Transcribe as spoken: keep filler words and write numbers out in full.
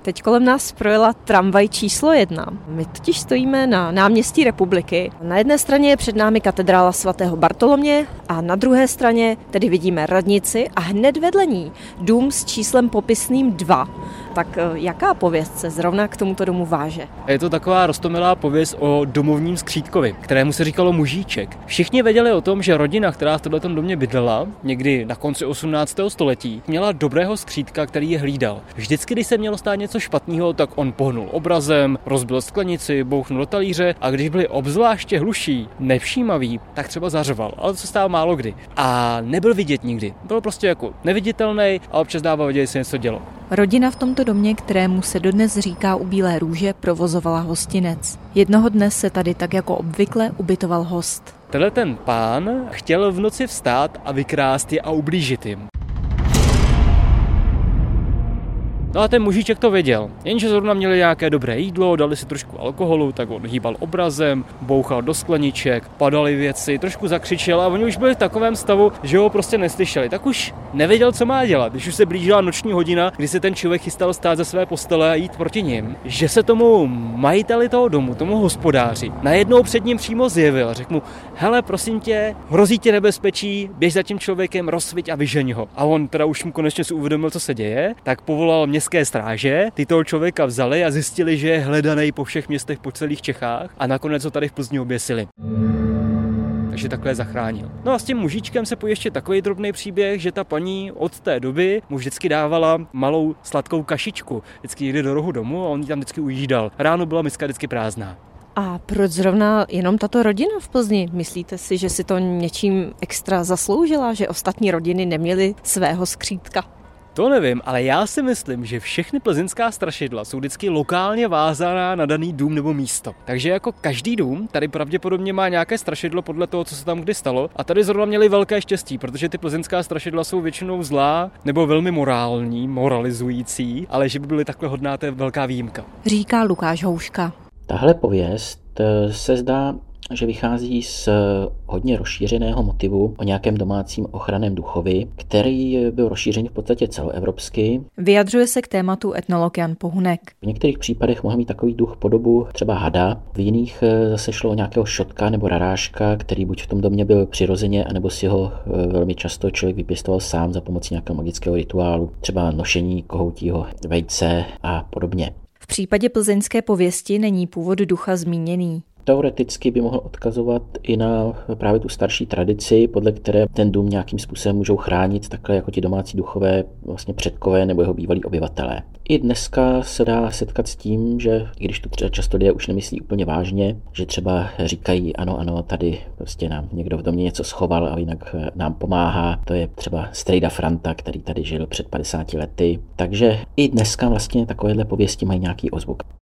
Teď kolem nás projela tramvaj číslo jedna. My totiž stojíme na náměstí Republiky. Na jedné straně je před námi katedrála svatého Bartolomě a na druhé straně tedy vidíme radnici a hned vedle ní dům s číslem popisným dva. Tak jaká pověst se zrovna k tomuto domu váže? Je to taková roztomilá pověst o domovním skřítkovi, kterému se říkalo Mužíček. Všichni věděli o tom, že rodina, která v tomto domě bydlela, někdy na konci osmnáctého století, měla dobrého skřítka, který je hlídal. Vždycky, když se mělo stát něco špatného, tak on pohnul obrazem, rozbil sklenici, bouchnul do talíře a když byli obzvláště hluší, nevšímaví, tak třeba zařval, ale to se stává málo kdy. A nebyl vidět nikdy. Byl prostě jako neviditelný a občas dával vidět, že se něco dělo. Rodina v tomto domě, kterému se dodnes říká U Bílé růže, provozovala hostinec. Jednoho dne se tady tak jako obvykle ubytoval host. Tenhle ten pán chtěl v noci vstát a vykrást je a ublížit jim. No a ten Mužíček to věděl, jenže zrovna měli nějaké dobré jídlo, dali si trošku alkoholu, tak on hýbal obrazem, bouchal do skleniček, padaly věci, trošku zakřičel a oni už byli v takovém stavu, že ho prostě neslyšeli. Tak už nevěděl, co má dělat, když už se blížila noční hodina, kdy se ten člověk chystal stát ze své postele a jít proti nim, že se tomu majiteli toho domu, tomu hospodáři, najednou před ním přímo zjevil a řekl mu: hele, prosím tě, hrozí ti nebezpečí, běž za tím člověkem, rozsviť a vyžeň ho. A on teda už mu konečně si uvědomil, co se děje, tak povolal městské stráže, ty toho člověka vzali a zjistili, že je hledaný po všech městech po celých Čechách a nakonec ho tady v Plzni oběsili. Takže takhle zachránil. No a s tím Mužíčkem se pojí ještě takový drobný příběh, že ta paní od té doby mu vždycky dávala malou sladkou kašičku. Vždycky jde do rohu domu a on ji tam vždycky ujídal. Ráno byla miska vždycky prázdná. A proč zrovna jenom tato rodina v Plzni? Myslíte si, že si to něčím extra zasloužila, že ostatní rodiny neměly svého skřítka? To nevím, ale já si myslím, že všechny plzeňská strašidla jsou vždycky lokálně vázaná na daný dům nebo místo. Takže jako každý dům tady pravděpodobně má nějaké strašidlo podle toho, co se tam kdy stalo. A tady zrovna měli velké štěstí, protože ty plzeňská strašidla jsou většinou zlá nebo velmi morální, moralizující, ale že by byly takhle hodná, to je velká výjimka. Říká Lukáš Houška. Tahle pověst se zdá, že vychází z hodně rozšířeného motivu o nějakém domácím ochranném duchovi, který byl rozšířený v podstatě celoevropsky. Vyjadřuje se k tématu etnolog Jan Pohunek. V některých případech mohl mít takový duch podobu třeba hada, v jiných zase šlo o nějakého šotka nebo rarážka, který buď v tom domě byl přirozeně, anebo si ho velmi často člověk vypěstoval sám za pomocí nějakého magického rituálu, třeba nošení kohoutího vejce a podobně. V případě plzeňské pověsti není původ ducha zmíněný. Teoreticky by mohl odkazovat i na právě tu starší tradici, podle které ten dům nějakým způsobem můžou chránit takhle jako ti domácí duchové vlastně předkové nebo jeho bývalí obyvatelé. I dneska se dá setkat s tím, že i když to třeba často lidé už nemyslí úplně vážně, že třeba říkají ano, ano, tady prostě nám někdo v domě něco schoval a jinak nám pomáhá. To je třeba strejda Franta, který tady žil před padesáti lety. Takže i dneska vlastně takovéhle pověsti mají nějaký ozvuk.